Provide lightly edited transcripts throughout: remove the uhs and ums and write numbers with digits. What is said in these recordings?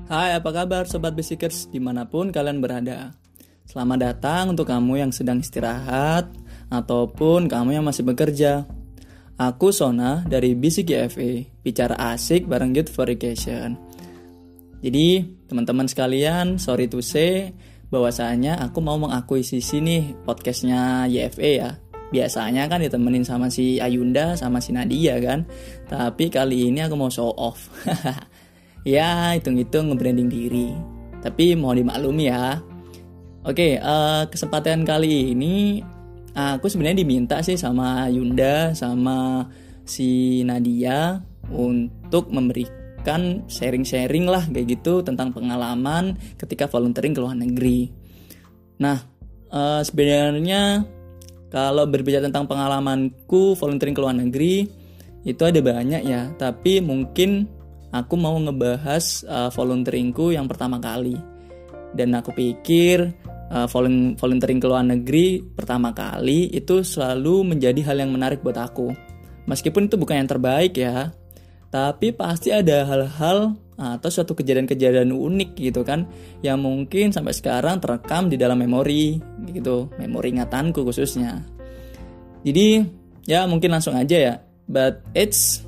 Hai, apa kabar Sobat Basikers dimanapun kalian berada. Selamat datang untuk kamu yang sedang istirahat ataupun kamu yang masih bekerja. Aku Sona dari Bisik YFE, bicara asik bareng Youth for Education. Jadi teman-teman sekalian, sorry to say bahwasanya aku mau mengakuisisi nih podcastnya YFE ya. Biasanya kan ditemenin sama si Ayunda sama si Nadia kan. Tapi kali ini aku mau show off. Ya hitung-hitung nge-branding diri. Tapi mohon dimaklumi ya. Oke, kesempatan kali ini aku sebenarnya diminta sih sama Ayunda sama si Nadia untuk memberikan sharing-sharing lah kayak gitu tentang pengalaman ketika volunteering ke luar negeri. Nah, sebenarnya kalau berbicara tentang pengalamanku volunteering ke luar negeri itu ada banyak ya, tapi mungkin aku mau ngebahas volunteeringku yang pertama kali. Dan aku pikir volunteering ke luar negeri pertama kali itu selalu menjadi hal yang menarik buat aku. Meskipun itu bukan yang terbaik ya, tapi pasti ada hal-hal atau suatu kejadian-kejadian unik gitu kan, yang mungkin sampai sekarang terekam di dalam memori gitu, memori ingatanku khususnya. Jadi ya mungkin langsung aja ya, but it's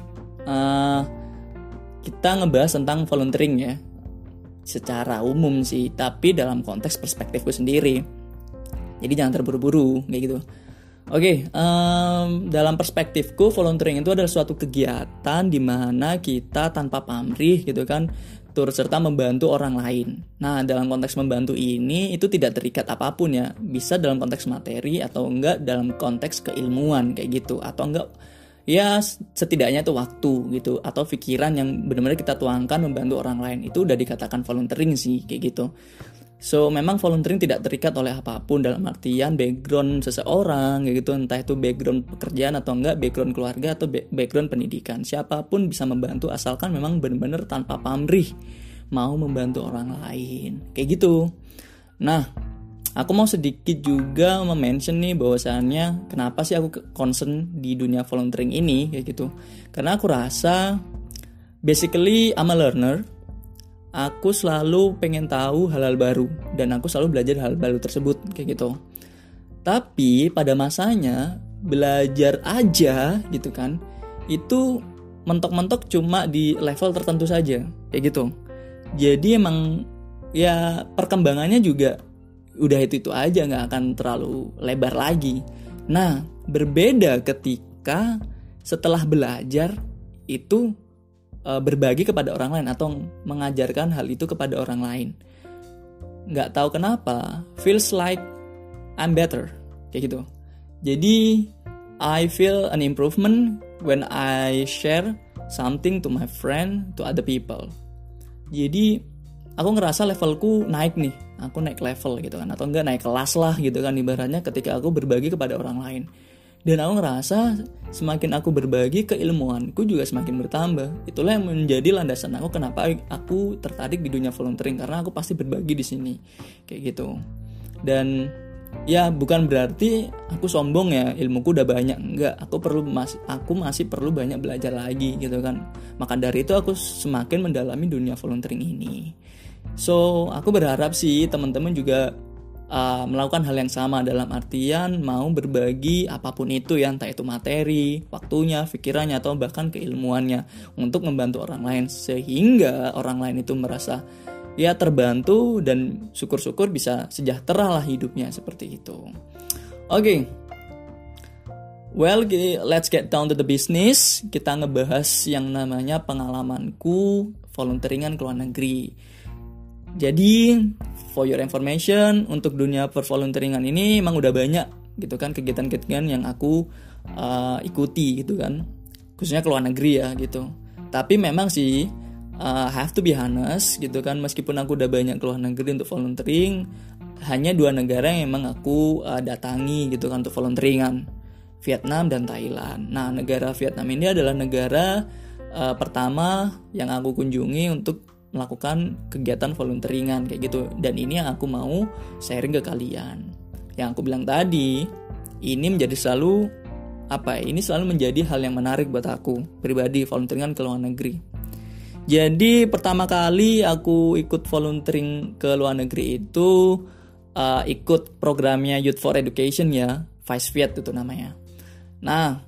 kita ngebahas tentang volunteering ya secara umum sih, tapi dalam konteks perspektifku sendiri. Jadi jangan terburu-buru kayak gitu. Oke, dalam perspektifku volunteering itu adalah suatu kegiatan di mana kita tanpa pamrih gitu kan turut serta membantu orang lain. Nah, dalam konteks membantu ini itu tidak terikat apapun ya. Bisa dalam konteks materi atau enggak dalam konteks keilmuan kayak gitu, atau enggak ya setidaknya itu waktu gitu atau pikiran yang benar-benar kita tuangkan membantu orang lain, itu udah dikatakan volunteering sih kayak gitu. So memang volunteering tidak terikat oleh apapun dalam artian background seseorang kayak gitu, entah itu background pekerjaan atau enggak, background keluarga atau background pendidikan. Siapapun bisa membantu asalkan memang benar-benar tanpa pamrih mau membantu orang lain kayak gitu. Nah, aku mau sedikit juga mention nih bahwasannya kenapa sih aku concern di dunia volunteering ini kayak gitu. Karena aku rasa basically I'm a learner. Aku selalu pengen tahu hal-hal baru dan aku selalu belajar hal baru tersebut kayak gitu. Tapi pada masanya belajar aja gitu kan, itu mentok-mentok cuma di level tertentu saja kayak gitu. Jadi emang ya perkembangannya juga udah itu aja, nggak akan terlalu lebar lagi. Nah, berbeda ketika setelah belajar itu berbagi kepada orang lain atau mengajarkan hal itu kepada orang lain. Nggak tahu kenapa, feels like I'm better kayak gitu. Jadi I feel an improvement when I share something to my friend, to other people. Jadi aku ngerasa levelku naik nih, aku naik level gitu kan, atau enggak naik kelas lah gitu kan ibaratnya ketika aku berbagi kepada orang lain. Dan aku ngerasa semakin aku berbagi, keilmuanku juga semakin bertambah. Itulah yang menjadi landasan aku kenapa aku tertarik di dunia volunteering, karena aku pasti berbagi di sini kayak gitu. Dan ya bukan berarti aku sombong ya, ilmuku udah banyak, enggak. Aku masih perlu banyak belajar lagi gitu kan. Maka dari itu aku semakin mendalami dunia volunteering ini. So aku berharap sih teman-teman juga melakukan hal yang sama, dalam artian mau berbagi apapun itu ya, entah itu materi, waktunya, pikirannya, atau bahkan keilmuannya untuk membantu orang lain, sehingga orang lain itu merasa ya terbantu dan syukur-syukur bisa sejahtera lah hidupnya seperti itu. Oke. Well, let's get down to the business. Kita ngebahas yang namanya pengalamanku volunteeringan ke luar negeri. Jadi, for your information, untuk dunia pervolunteeringan ini emang udah banyak gitu kan kegiatan-kegiatan yang aku ikuti gitu kan, khususnya ke luar negeri ya gitu. Tapi memang sih have to be honest gitu kan, meskipun aku udah banyak ke luar negeri untuk volunteering, hanya 2 negara yang emang aku datangi gitu kan untuk volunteeringan, Vietnam dan Thailand. Nah, negara Vietnam ini adalah negara pertama yang aku kunjungi untuk melakukan kegiatan volunteeringan kayak gitu. Dan ini yang aku mau sharing ke kalian. Yang aku bilang tadi, ini menjadi selalu ini selalu menjadi hal yang menarik buat aku pribadi, volunteeringan ke luar negeri. Jadi pertama kali aku ikut volunteering ke luar negeri itu ikut programnya Youth for Education ya, VICE-Viet itu namanya. Nah,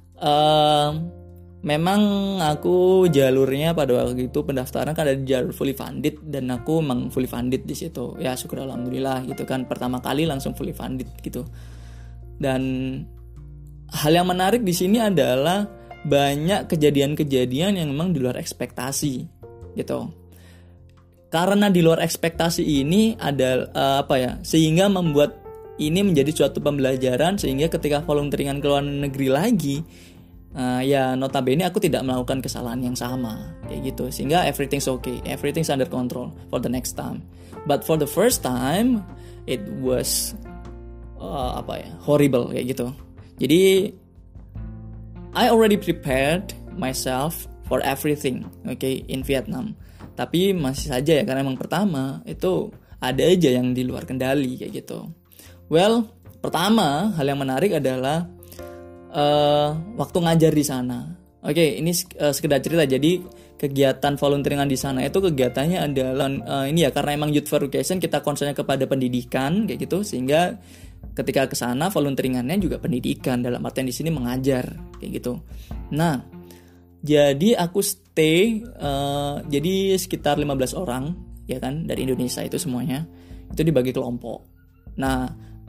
memang aku jalurnya pada waktu itu pendaftaran kan ada di jalur fully funded, dan aku emang fully funded di situ. Ya syukur alhamdulillah gitu kan, pertama kali langsung fully funded gitu. Dan hal yang menarik di sini adalah banyak kejadian-kejadian yang memang di luar ekspektasi gitu. Karena di luar ekspektasi ini ada sehingga membuat ini menjadi suatu pembelajaran, sehingga ketika volunteeringan ke luar negeri lagi, ya notabene aku tidak melakukan kesalahan yang sama kayak gitu, sehingga everything's okay, everything's under control for the next time. But for the first time it was horrible kayak gitu. Jadi I already prepared myself for everything, okay, in Vietnam. Tapi masih saja ya, karena emang pertama itu ada aja yang di luar kendali kayak gitu. Well, pertama hal yang menarik adalah waktu ngajar di sana. Oke, ini sekedar cerita. Jadi kegiatan volunteeringan di sana itu kegiatannya adalah ini ya, karena emang Youth for Education kita concernnya kepada pendidikan kayak gitu, sehingga ketika ke sana volunteeringannya juga pendidikan, dalam artian di sini mengajar kayak gitu. Nah, jadi aku stay jadi sekitar 15 orang ya kan, dari Indonesia itu semuanya. Itu dibagi kelompok. Nah,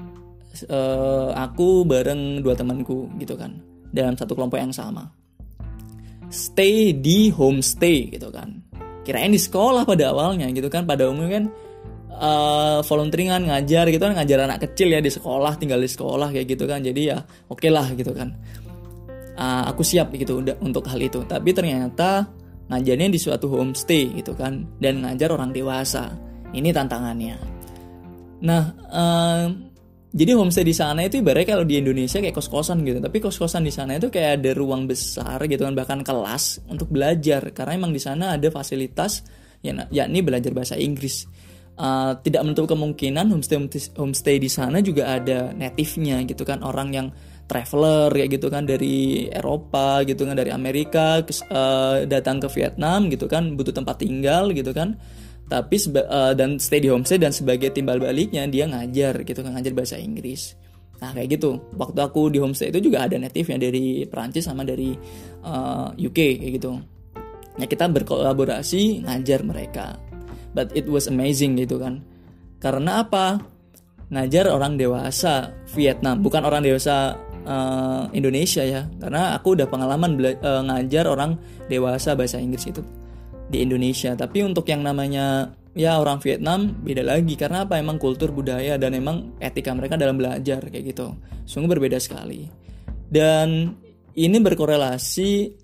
aku bareng 2 temanku gitu kan, dalam satu kelompok yang sama. Stay di homestay gitu kan. Kirain di sekolah pada awalnya gitu kan. Pada umumnya kan volunteeringan ngajar gitu kan, ngajar anak kecil ya di sekolah, tinggal di sekolah kayak gitu kan. Jadi ya oke lah gitu kan. Aku siap gitu untuk hal itu. Tapi ternyata ngajarnya di suatu homestay gitu kan, dan ngajar orang dewasa. Ini tantangannya. Nah, jadi homestay di sana itu ibaratnya kalau di Indonesia kayak kos-kosan gitu, tapi kos-kosan di sana itu kayak ada ruang besar gitu kan, bahkan kelas untuk belajar, karena emang di sana ada fasilitas yakni belajar bahasa Inggris. Tidak menutup kemungkinan homestay di sana juga ada native-nya gitu kan, orang yang traveler kayak gitu kan, dari Eropa gitu kan, dari Amerika datang ke Vietnam gitu kan, butuh tempat tinggal gitu kan. Tapi dan stay di homestay, dan sebagai timbal baliknya dia ngajar gitu kan, ngajar bahasa Inggris. Nah kayak gitu. Waktu aku di homestay itu juga ada native-nya dari Perancis sama dari UK kayak gitu. Ya kita berkolaborasi ngajar mereka. But it was amazing gitu kan. Karena apa? Ngajar orang dewasa Vietnam, bukan orang dewasa Indonesia ya. Karena aku udah pengalaman ngajar orang dewasa bahasa Inggris itu di Indonesia. Tapi untuk yang namanya ya orang Vietnam beda lagi, karena apa, emang kultur budaya dan emang etika mereka dalam belajar kayak gitu sungguh berbeda sekali. Dan ini berkorelasi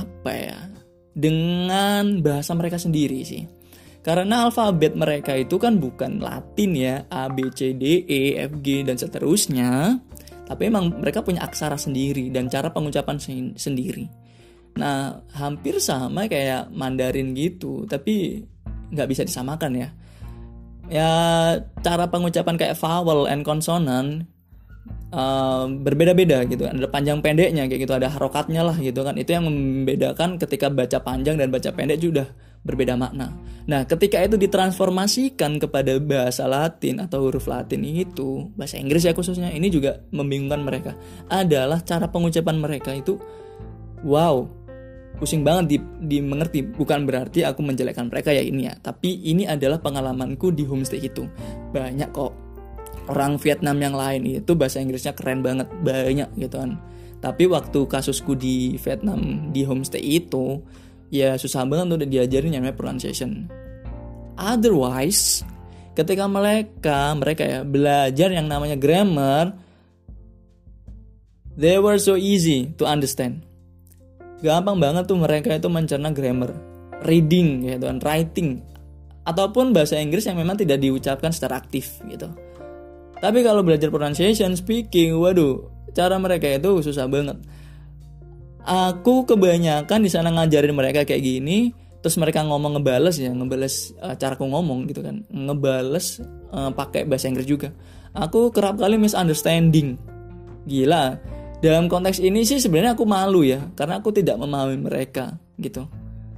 dengan bahasa mereka sendiri sih, karena alfabet mereka itu kan bukan Latin ya, A, B, C, D, E, F, G dan seterusnya, tapi emang mereka punya aksara sendiri dan cara pengucapan sendiri. Nah, hampir sama kayak Mandarin gitu, tapi nggak bisa disamakan ya. Ya, cara pengucapan kayak vowel and konsonan berbeda-beda gitu. Ada panjang pendeknya kayak gitu, ada harokatnya lah gitu kan. Itu yang membedakan ketika baca panjang dan baca pendek sudah berbeda makna. Nah, ketika itu ditransformasikan kepada bahasa Latin atau huruf Latin itu, bahasa Inggris ya khususnya, ini juga membingungkan mereka. Adalah cara pengucapan mereka itu, wow, pusing banget dimengerti. Bukan berarti aku menjelekkan mereka ya ini ya, tapi ini adalah pengalamanku di homestay itu. Banyak kok orang Vietnam yang lain itu bahasa Inggrisnya keren banget, banyak gitu kan. Tapi waktu kasusku di Vietnam di homestay itu ya susah banget udah diajarin yang namanya pronunciation. Otherwise ketika mereka ya belajar yang namanya grammar, they were so easy to understand. Gampang banget tuh mereka itu mencerna grammar, reading gitu kan, writing, ataupun bahasa Inggris yang memang tidak diucapkan secara aktif gitu. Tapi kalau belajar pronunciation, speaking, waduh, cara mereka itu susah banget. Aku kebanyakan di sana ngajarin mereka kayak gini, terus mereka ngomong ngebales caraku ngomong gitu kan, ngebales pakai bahasa Inggris juga. Aku kerap kali misunderstanding. Gila. Dalam konteks ini sih sebenarnya aku malu ya, karena aku tidak memahami mereka gitu.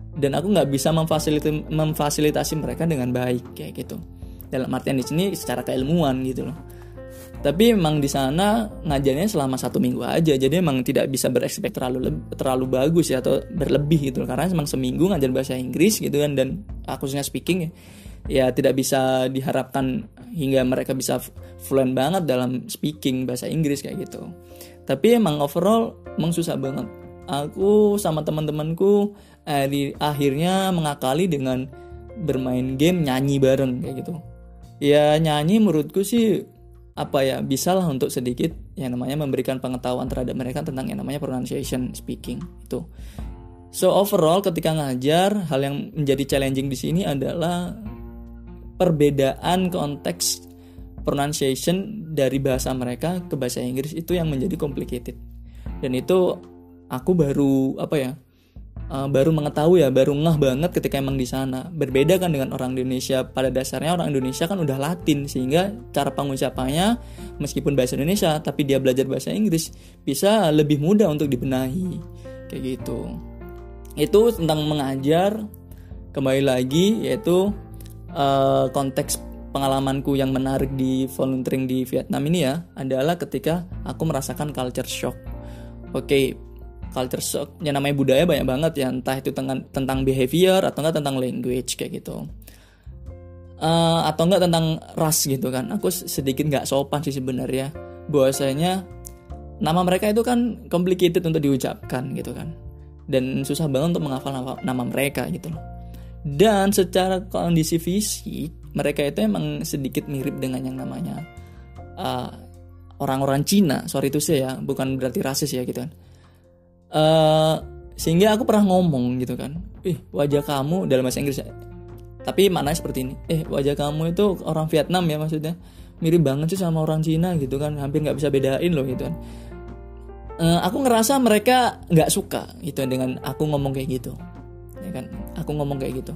dan aku nggak bisa memfasilitasi mereka dengan baik kayak gitu. Dalam artian di sini secara keilmuan gitu loh. Tapi emang di sana ngajarnya selama 1 minggu aja, jadi emang tidak bisa berekspek terlalu bagus ya atau berlebih gitu, karena emang seminggu ngajar bahasa Inggris gitu kan, dan khususnya speaking ya tidak bisa diharapkan hingga mereka bisa fluent banget dalam speaking bahasa Inggris kayak gitu. Tapi emang overall emang susah banget. Aku sama teman-temanku akhirnya mengakali dengan bermain game nyanyi bareng kayak gitu. Ya nyanyi menurutku sih bisa lah untuk sedikit yang namanya memberikan pengetahuan terhadap mereka tentang yang namanya pronunciation speaking itu. So overall ketika ngajar, hal yang menjadi challenging di sini adalah perbedaan konteks pronunciation dari bahasa mereka ke bahasa Inggris itu yang menjadi complicated. Dan itu aku baru baru mengetahui baru ngeh banget ketika emang di sana. Berbeda kan dengan orang Indonesia. Pada dasarnya orang Indonesia kan udah Latin, sehingga cara pengucapannya meskipun bahasa Indonesia tapi dia belajar bahasa Inggris bisa lebih mudah untuk dibenahi kayak gitu. Itu tentang mengajar. Kembali lagi yaitu konteks pengalamanku yang menarik di volunteering di Vietnam ini adalah ketika aku merasakan culture shock. Culture shock yang namanya budaya banyak banget ya, entah itu tentang behavior atau enggak tentang language kayak gitu, atau enggak tentang ras gitu kan. Aku sedikit nggak sopan sih sebenarnya, bahwasanya nama mereka itu kan complicated untuk diucapkan gitu kan, dan susah banget untuk menghafal nama mereka gitu loh. Dan secara kondisi fisik mereka itu emang sedikit mirip dengan yang namanya orang-orang Cina. Sorry itu sih ya, bukan berarti rasis ya gitu kan. Sehingga aku pernah ngomong gitu kan, wajah kamu dalam bahasa Inggris tapi maknanya seperti ini, wajah kamu itu orang Vietnam ya, maksudnya mirip banget sih sama orang Cina gitu kan, hampir nggak bisa bedain loh gitu kan. Aku ngerasa mereka nggak suka gitu dengan aku ngomong kayak gitu ya kan, aku ngomong kayak gitu.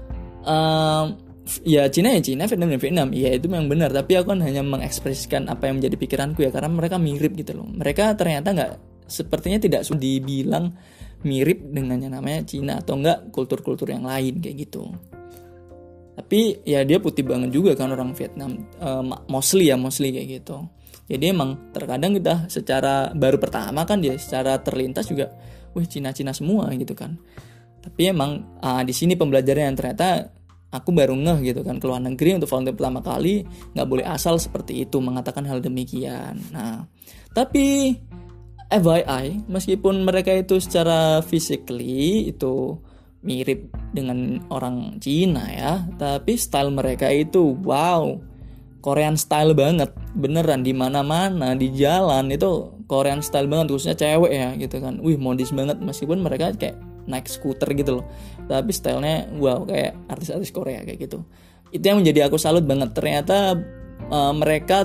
Ya Cina, Vietnam, ya itu memang benar, tapi aku kan hanya mengekspresikan apa yang menjadi pikiranku ya, karena mereka mirip gitu loh. Mereka ternyata sepertinya tidak dibilang mirip dengan yang namanya Cina atau enggak kultur-kultur yang lain kayak gitu. Tapi ya dia putih banget juga kan orang Vietnam, mostly kayak gitu. Jadi emang terkadang kita secara baru pertama kan dia secara terlintas juga, Cina semua gitu kan. Tapi emang di sini pembelajaran yang ternyata aku baru ngeh gitu kan, ke luar negeri untuk volunteer pertama kali nggak boleh asal seperti itu mengatakan hal demikian. Nah tapi FYI, meskipun mereka itu secara physically itu mirip dengan orang Cina ya, tapi style mereka itu Korean style banget, beneran di mana-mana di jalan itu Korean style banget, khususnya cewek ya gitu kan. Modis banget, meskipun mereka kayak naik skuter gitu loh, tapi stylenya kayak artis-artis Korea kayak gitu. Itu yang menjadi aku salut banget. Ternyata mereka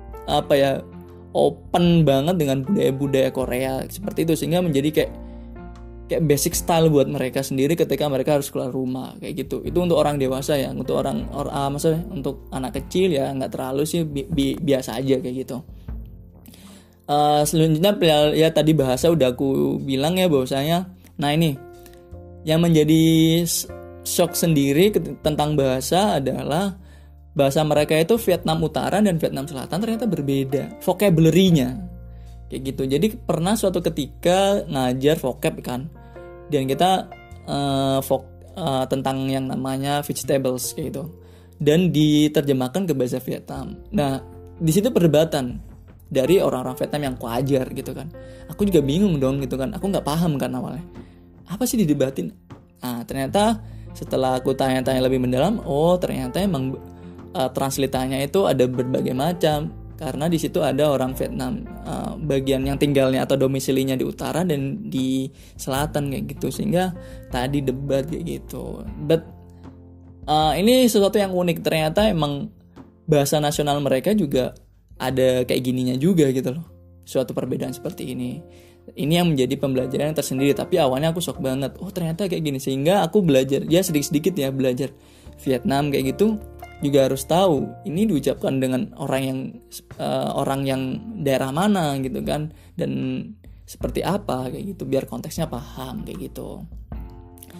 open banget dengan budaya-budaya Korea seperti itu, sehingga menjadi kayak basic style buat mereka sendiri ketika mereka harus keluar rumah kayak gitu. Itu untuk orang dewasa ya, untuk maksudnya untuk anak kecil ya nggak terlalu sih, biasa aja kayak gitu. Selanjutnya ya tadi bahasa udah aku bilang ya, bahwasanya ini yang menjadi shock sendiri tentang bahasa adalah bahasa mereka itu Vietnam Utara dan Vietnam Selatan ternyata berbeda vocabulary-nya kayak gitu. Jadi pernah suatu ketika ngajar vocab kan, dan kita tentang yang namanya vegetables kayak gitu, dan diterjemahkan ke bahasa Vietnam. Nah di situ perdebatan dari orang-orang Vietnam yang aku ajar gitu kan. Aku juga bingung dong gitu kan, aku nggak paham kan awalnya apa sih didebatin. Nah ternyata setelah aku tanya-tanya lebih mendalam, ternyata emang translatannya itu ada berbagai macam, karena di situ ada orang Vietnam bagian yang tinggalnya atau domisilinya di utara dan di selatan kayak gitu, sehingga tadi debat kayak gitu. But ini sesuatu yang unik, ternyata emang bahasa nasional mereka juga ada kayak gininya juga gitu loh, suatu perbedaan seperti ini. Ini yang menjadi pembelajaran yang tersendiri. Tapi awalnya aku shock banget, ternyata kayak gini, sehingga aku belajar ya sedikit-sedikit ya, belajar Vietnam kayak gitu juga harus tahu ini diucapkan dengan orang yang daerah mana gitu kan, dan seperti apa kayak gitu, biar konteksnya paham kayak gitu.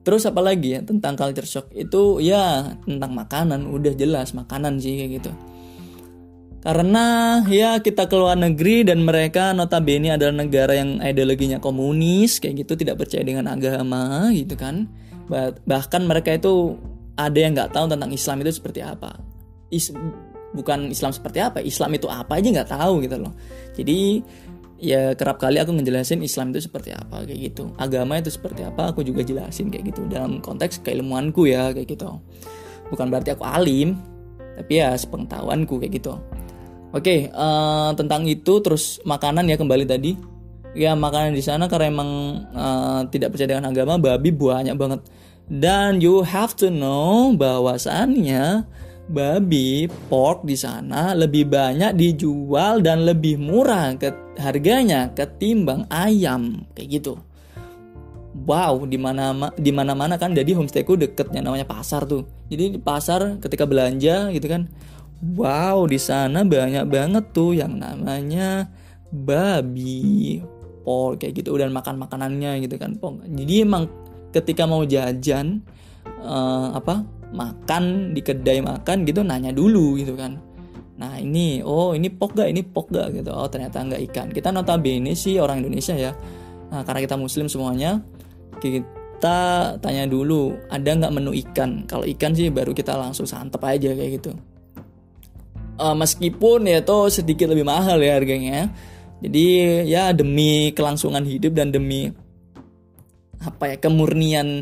Terus apa lagi ya tentang culture shock itu ya tentang makanan, udah jelas makanan sih kayak gitu. Karena ya kita ke luar negeri dan mereka notabene adalah negara yang ideologinya komunis kayak gitu, tidak percaya dengan agama gitu kan. Bahkan mereka itu ada yang nggak tahu tentang Islam itu seperti apa. Bukan Islam seperti apa, Islam itu apa aja nggak tahu gitu loh. Jadi ya kerap kali aku ngejelasin Islam itu seperti apa kayak gitu, agama itu seperti apa aku juga jelasin kayak gitu dalam konteks keilmuanku ya kayak gitu. Bukan berarti aku alim, tapi ya sepengetahuanku kayak gitu. Oke, tentang itu. Terus makanan ya, kembali tadi ya, makanan di sana karena emang tidak percaya dengan agama, babi banyak banget. Dan you have to know bahwasannya babi pork di sana lebih banyak dijual dan lebih murah harganya ketimbang ayam kayak gitu. Wow, di mana-mana kan. Jadi homestayku deketnya namanya pasar tuh. Jadi di pasar ketika belanja gitu kan, wow, di sana banyak banget tuh yang namanya babi pork kayak gitu, dan makanannya gitu kan. Jadi emang ketika mau jajan makan di kedai makan gitu, nanya dulu gitu kan. Nah ini pork gak gitu. Oh ternyata nggak ikan. Kita notabene sih orang Indonesia ya. Nah karena kita muslim semuanya, kita tanya dulu ada nggak menu ikan. Kalau ikan sih baru kita langsung santep aja kayak gitu. Meskipun ya tuh sedikit lebih mahal ya harganya. Jadi ya demi kelangsungan hidup dan demi kemurnian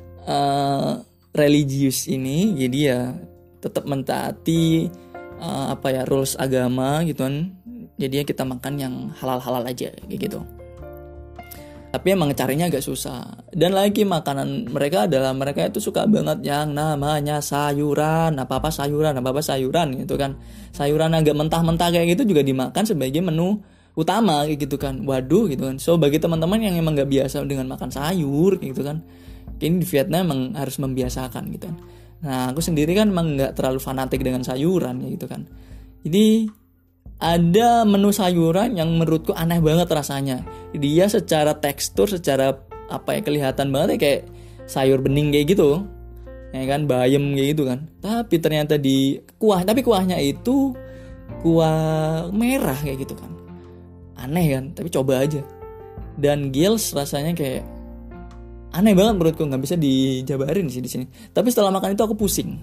religius ini, jadi ya tetap mentaati rules agama gitu kan. Jadi ya kita makan yang halal-halal aja kayak gitu. Tapi emang carinya agak susah. Dan lagi makanan mereka itu suka banget yang namanya sayuran, apa-apa sayuran gitu kan. Sayuran agak mentah-mentah kayak gitu juga dimakan sebagai menu utama kayak gitu kan. Waduh gitu kan. So bagi teman-teman yang emang gak biasa dengan makan sayur gitu kan, ini di Vietnam emang harus membiasakan gitu kan. Nah aku sendiri kan emang gak terlalu fanatik dengan sayuran ya gitu kan. Jadi ada menu sayuran yang menurutku aneh banget rasanya. Dia secara tekstur, secara kelihatan banget ya kayak sayur bening kayak gitu, ya kan, bayam kayak gitu kan. Tapi ternyata kuahnya itu kuah merah kayak gitu kan. Aneh kan, tapi coba aja. Dan gils rasanya kayak aneh banget menurutku, nggak bisa dijabarin sih di sini. Tapi setelah makan itu aku pusing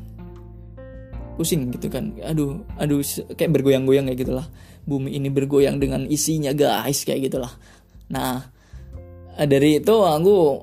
gitu kan. Aduh kayak bergoyang-goyang kayak gitulah. Bumi ini bergoyang dengan isinya guys kayak gitulah. Nah dari itu aku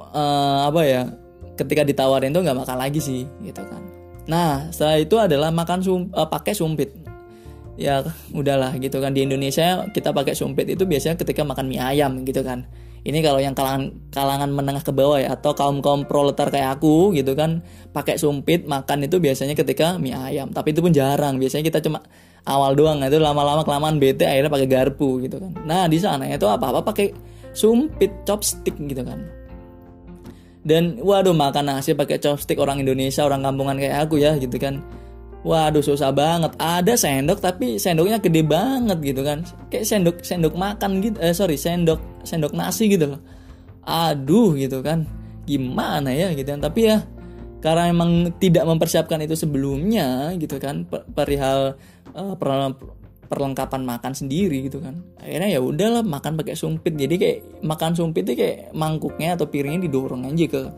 ketika ditawarin tuh nggak makan lagi sih gitu kan. Nah setelah itu adalah makan pakai sumpit. Ya udahlah gitu kan. Di Indonesia kita pakai sumpit itu biasanya ketika makan mie ayam gitu kan. Ini kalau yang kalangan menengah ke bawah ya, atau kaum proletar kayak aku gitu kan, pakai sumpit makan itu biasanya ketika mie ayam. Tapi itu pun jarang. Biasanya kita cuma awal doang. Itu lama-lama kelamaan bete akhirnya pakai garpu gitu kan. Nah di sana itu apa-apa pakai sumpit, chopstick gitu kan. Dan waduh, makan nasi pakai chopstick orang Indonesia, orang kampungan kayak aku ya gitu kan. Waduh susah banget. Ada sendok tapi sendoknya gede banget gitu kan. Kayak sendok makan gitu. Sendok nasi gitu loh. Aduh gitu kan. Gimana ya gitu kan. Tapi ya karena emang tidak mempersiapkan itu sebelumnya gitu kan, perihal perlengkapan makan sendiri gitu kan. Akhirnya ya udahlah makan pakai sumpit. Jadi kayak makan sumpit itu kayak mangkuknya atau piringnya didorong aja ke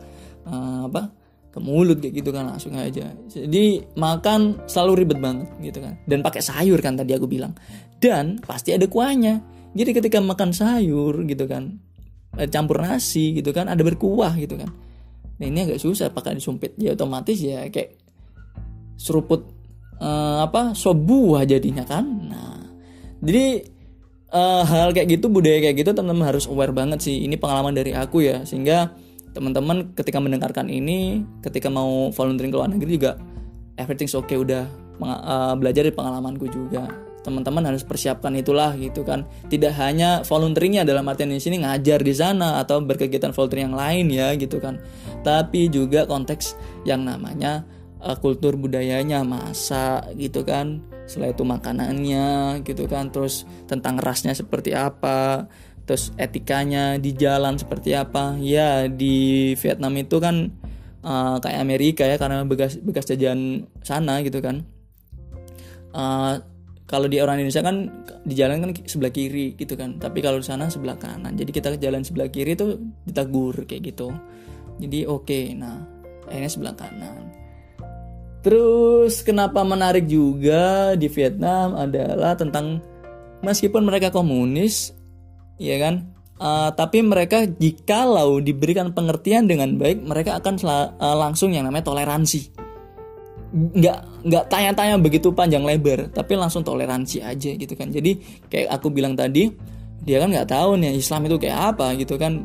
ke mulut kayak gitu kan, langsung aja. Jadi makan selalu ribet banget gitu kan. Dan pakai sayur kan tadi aku bilang. Dan pasti ada kuahnya. Jadi ketika makan sayur gitu kan, campur nasi gitu kan, ada berkuah gitu kan. Nah ini agak susah pakai disumpit. Ya otomatis ya kayak seruput sop buah jadinya kan. Nah jadi hal kayak gitu, budaya kayak gitu teman-teman harus aware banget sih. Ini pengalaman dari aku ya, sehingga teman-teman ketika mendengarkan ini, ketika mau volunteering ke luar negeri juga everything's okay, udah belajar dari pengalamanku juga. Teman-teman harus persiapkan itulah gitu kan. Tidak hanya volunteeringnya dalam artian di sini ngajar di sana atau berkegiatan volunteering yang lain ya gitu kan. Tapi juga konteks yang namanya kultur budayanya, masak gitu kan. Setelah itu makanannya gitu kan. Terus tentang rasnya seperti apa. Terus etikanya di jalan seperti apa. Ya di Vietnam itu kan kayak Amerika ya, karena bekas jajahan sana gitu kan. Kalau di orang Indonesia kan di jalan kan sebelah kiri gitu kan, tapi kalau di sana sebelah kanan. Jadi kita jalan sebelah kiri tuh ditegur kayak gitu. Jadi oke, nah akhirnya sebelah kanan. Terus kenapa menarik juga di Vietnam adalah tentang meskipun mereka komunis, ya kan, tapi mereka jikalau diberikan pengertian dengan baik, mereka akan langsung yang namanya toleransi. Nggak tanya-tanya begitu panjang lebar, tapi langsung toleransi aja gitu kan. Jadi kayak aku bilang tadi, dia kan nggak tahu nih Islam itu kayak apa gitu kan.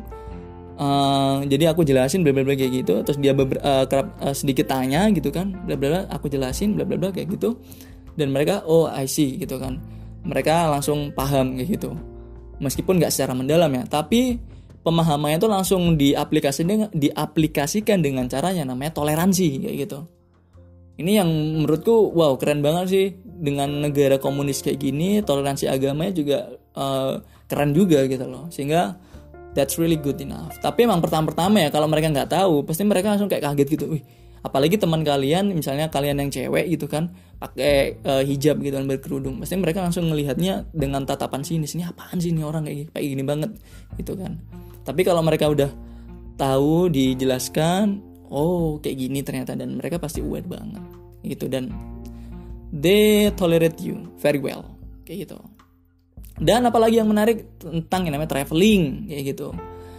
Jadi aku jelasin bla bla bla kayak gitu, terus dia sedikit tanya gitu kan, bla bla bla, aku jelasin bla bla bla kayak gitu, dan mereka oh I see gitu kan, mereka langsung paham kayak gitu, meskipun nggak secara mendalam ya, tapi pemahamannya itu langsung diaplikasikan dengan cara yang namanya toleransi kayak gitu. Ini yang menurutku wow keren banget sih, dengan negara komunis kayak gini toleransi agamanya juga keren juga gitu loh, sehingga that's really good enough. Tapi emang pertama-pertama ya kalau mereka nggak tahu pasti mereka langsung kayak kaget gitu. Wih, apalagi teman kalian misalnya kalian yang cewek gitu kan pakai hijab gitu kan, berkerudung, pasti mereka langsung melihatnya dengan tatapan sini apaan sih ini orang kayak gini banget gitu kan. Tapi kalau mereka udah tahu dijelaskan, oh kayak gini ternyata, dan mereka pasti aware banget gitu, dan they tolerate you very well kayak gitu. Dan apalagi yang menarik tentang yang namanya traveling kayak gitu.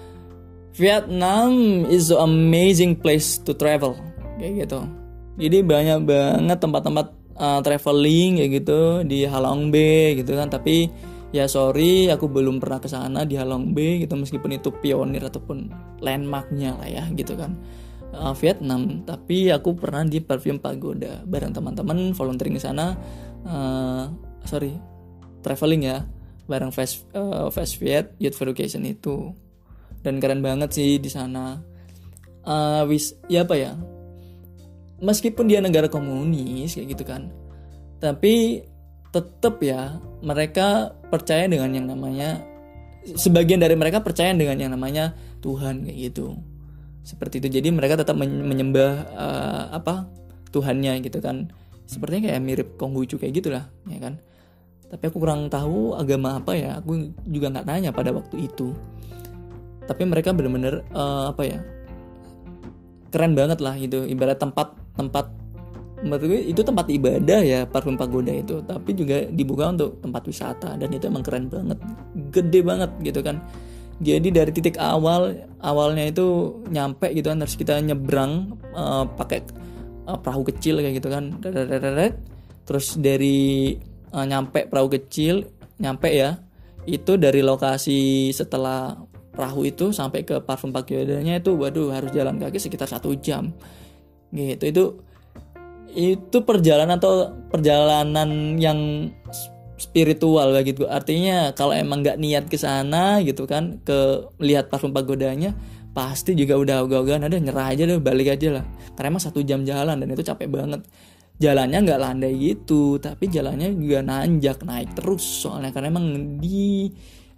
Vietnam is an amazing place to travel kayak gitu. Jadi banyak banget tempat-tempat traveling kayak gitu di Halong Bay gitu kan. Tapi ya sorry, aku belum pernah ke sana di Halong Bay gitu, meskipun itu pionir ataupun landmarknya lah ya gitu kan, Vietnam. Tapi aku pernah di Parfume Pagoda bareng teman-teman volunteering di sana. Traveling ya, bareng Fast Viet Youth for Education itu, dan keren banget sih di sana. Meskipun dia negara komunis kayak gitu kan, tapi tetap ya mereka percaya dengan yang namanya, sebagian dari mereka percaya dengan yang namanya Tuhan kayak gitu, seperti itu. Jadi mereka tetap menyembah Tuhannya gitu kan, sepertinya kayak mirip Konghucu kayak gitulah ya kan. Tapi aku kurang tahu agama apa ya, aku juga nggak nanya pada waktu itu. Tapi mereka benar-benar keren banget lah gitu, ibarat tempat menurut gue itu tempat ibadah ya, Parfume Pagoda itu, tapi juga dibuka untuk tempat wisata, dan itu emang keren banget, gede banget gitu kan. Jadi dari titik awalnya itu nyampe gitu kan, harus kita nyebrang pakai perahu kecil kayak gitu kan, terus dari nyampe perahu kecil ya, itu dari lokasi setelah perahu itu sampai ke Parfume Pagodanya itu waduh harus jalan kaki sekitar 1 jam gitu. Itu perjalanan yang spiritual gitu. Artinya kalau emang nggak niat ke sana gitu kan, ke lihat Parfume Pagodanya, pasti juga udah ogah-ogahan, ada nyerah aja deh, balik aja lah, karena emang 1 jam jalan dan itu capek banget. Jalannya nggak landai gitu, tapi jalannya juga nanjak, naik terus soalnya, karena emang di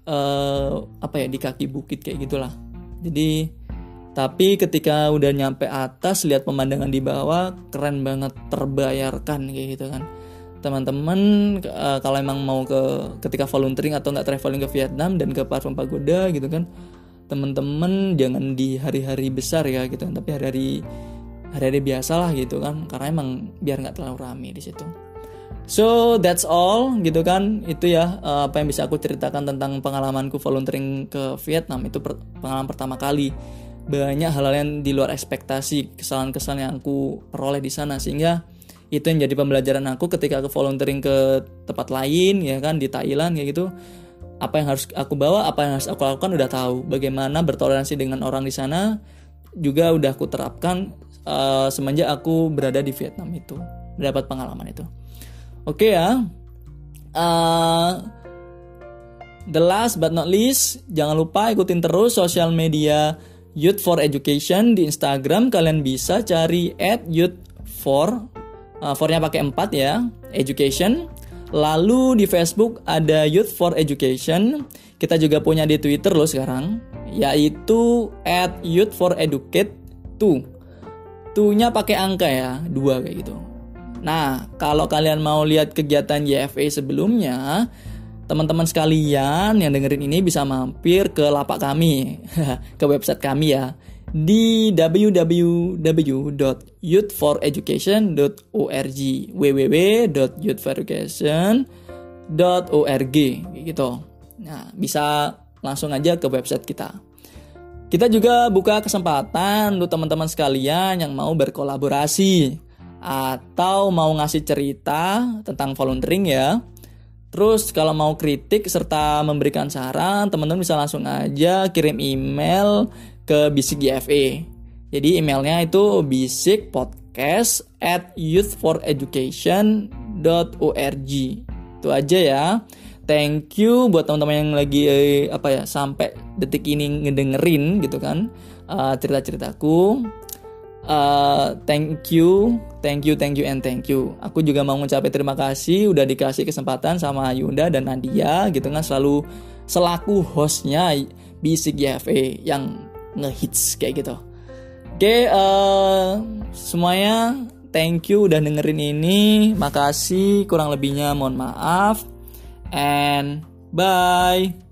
kaki bukit kayak gitulah. Jadi tapi ketika udah nyampe atas, lihat pemandangan di bawah, keren banget, terbayarkan kayak gitu kan. Teman-teman kalau emang mau ketika volunteering atau nggak traveling ke Vietnam dan ke Parfume Pagoda gitu kan, teman-teman jangan di hari-hari besar ya gitu kan, tapi hari-hari biasa lah gitu kan, karena emang biar nggak terlalu rame di situ. So that's all gitu kan, itu ya apa yang bisa aku ceritakan tentang pengalamanku volunteering ke Vietnam. Itu pengalaman pertama kali, banyak hal-hal yang di luar ekspektasi, kesalahan-kesalahan yang aku peroleh di sana, sehingga itu yang jadi pembelajaran aku ketika aku volunteering ke tempat lain ya kan, di Thailand kayak gitu. Apa yang harus aku bawa, apa yang harus aku lakukan udah tahu. Bagaimana bertoleransi dengan orang di sana juga udah aku terapkan semenjak aku berada di Vietnam itu, mendapat pengalaman itu. Oke ya. The last but not least, jangan lupa ikutin terus sosial media Youth for Education di Instagram. Kalian bisa cari @youth4, 4-nya pakai 4 ya, education. Lalu di Facebook ada Youth for Education. Kita juga punya di Twitter loh sekarang, yaitu @youth4educate2. satunya pakai angka ya, 2 kayak gitu. Nah, kalau kalian mau lihat kegiatan YFA sebelumnya, teman-teman sekalian yang dengerin ini bisa mampir ke lapak kami, ke website kami ya, di www.youthforeducation.org, www.youthforeducation.org gitu. Nah, bisa langsung aja ke website kita. Kita juga buka kesempatan untuk teman-teman sekalian yang mau berkolaborasi atau mau ngasih cerita tentang volunteering ya. Terus kalau mau kritik serta memberikan saran, teman-teman bisa langsung aja kirim email ke Bisik YFA. Jadi emailnya itu bisikpodcast@youthforeducation.org. Itu aja ya. Thank you buat teman-teman yang lagi sampai detik ini ngedengerin gitu kan cerita-ceritaku. Thank you. Aku juga mau ngucapin terima kasih udah dikasih kesempatan sama Yunda dan Nadia gitu kan, selaku hostnya Bisik YFA yang ngehits kayak gitu. Oke, semuanya thank you udah dengerin ini. Makasih, kurang lebihnya mohon maaf. And bye.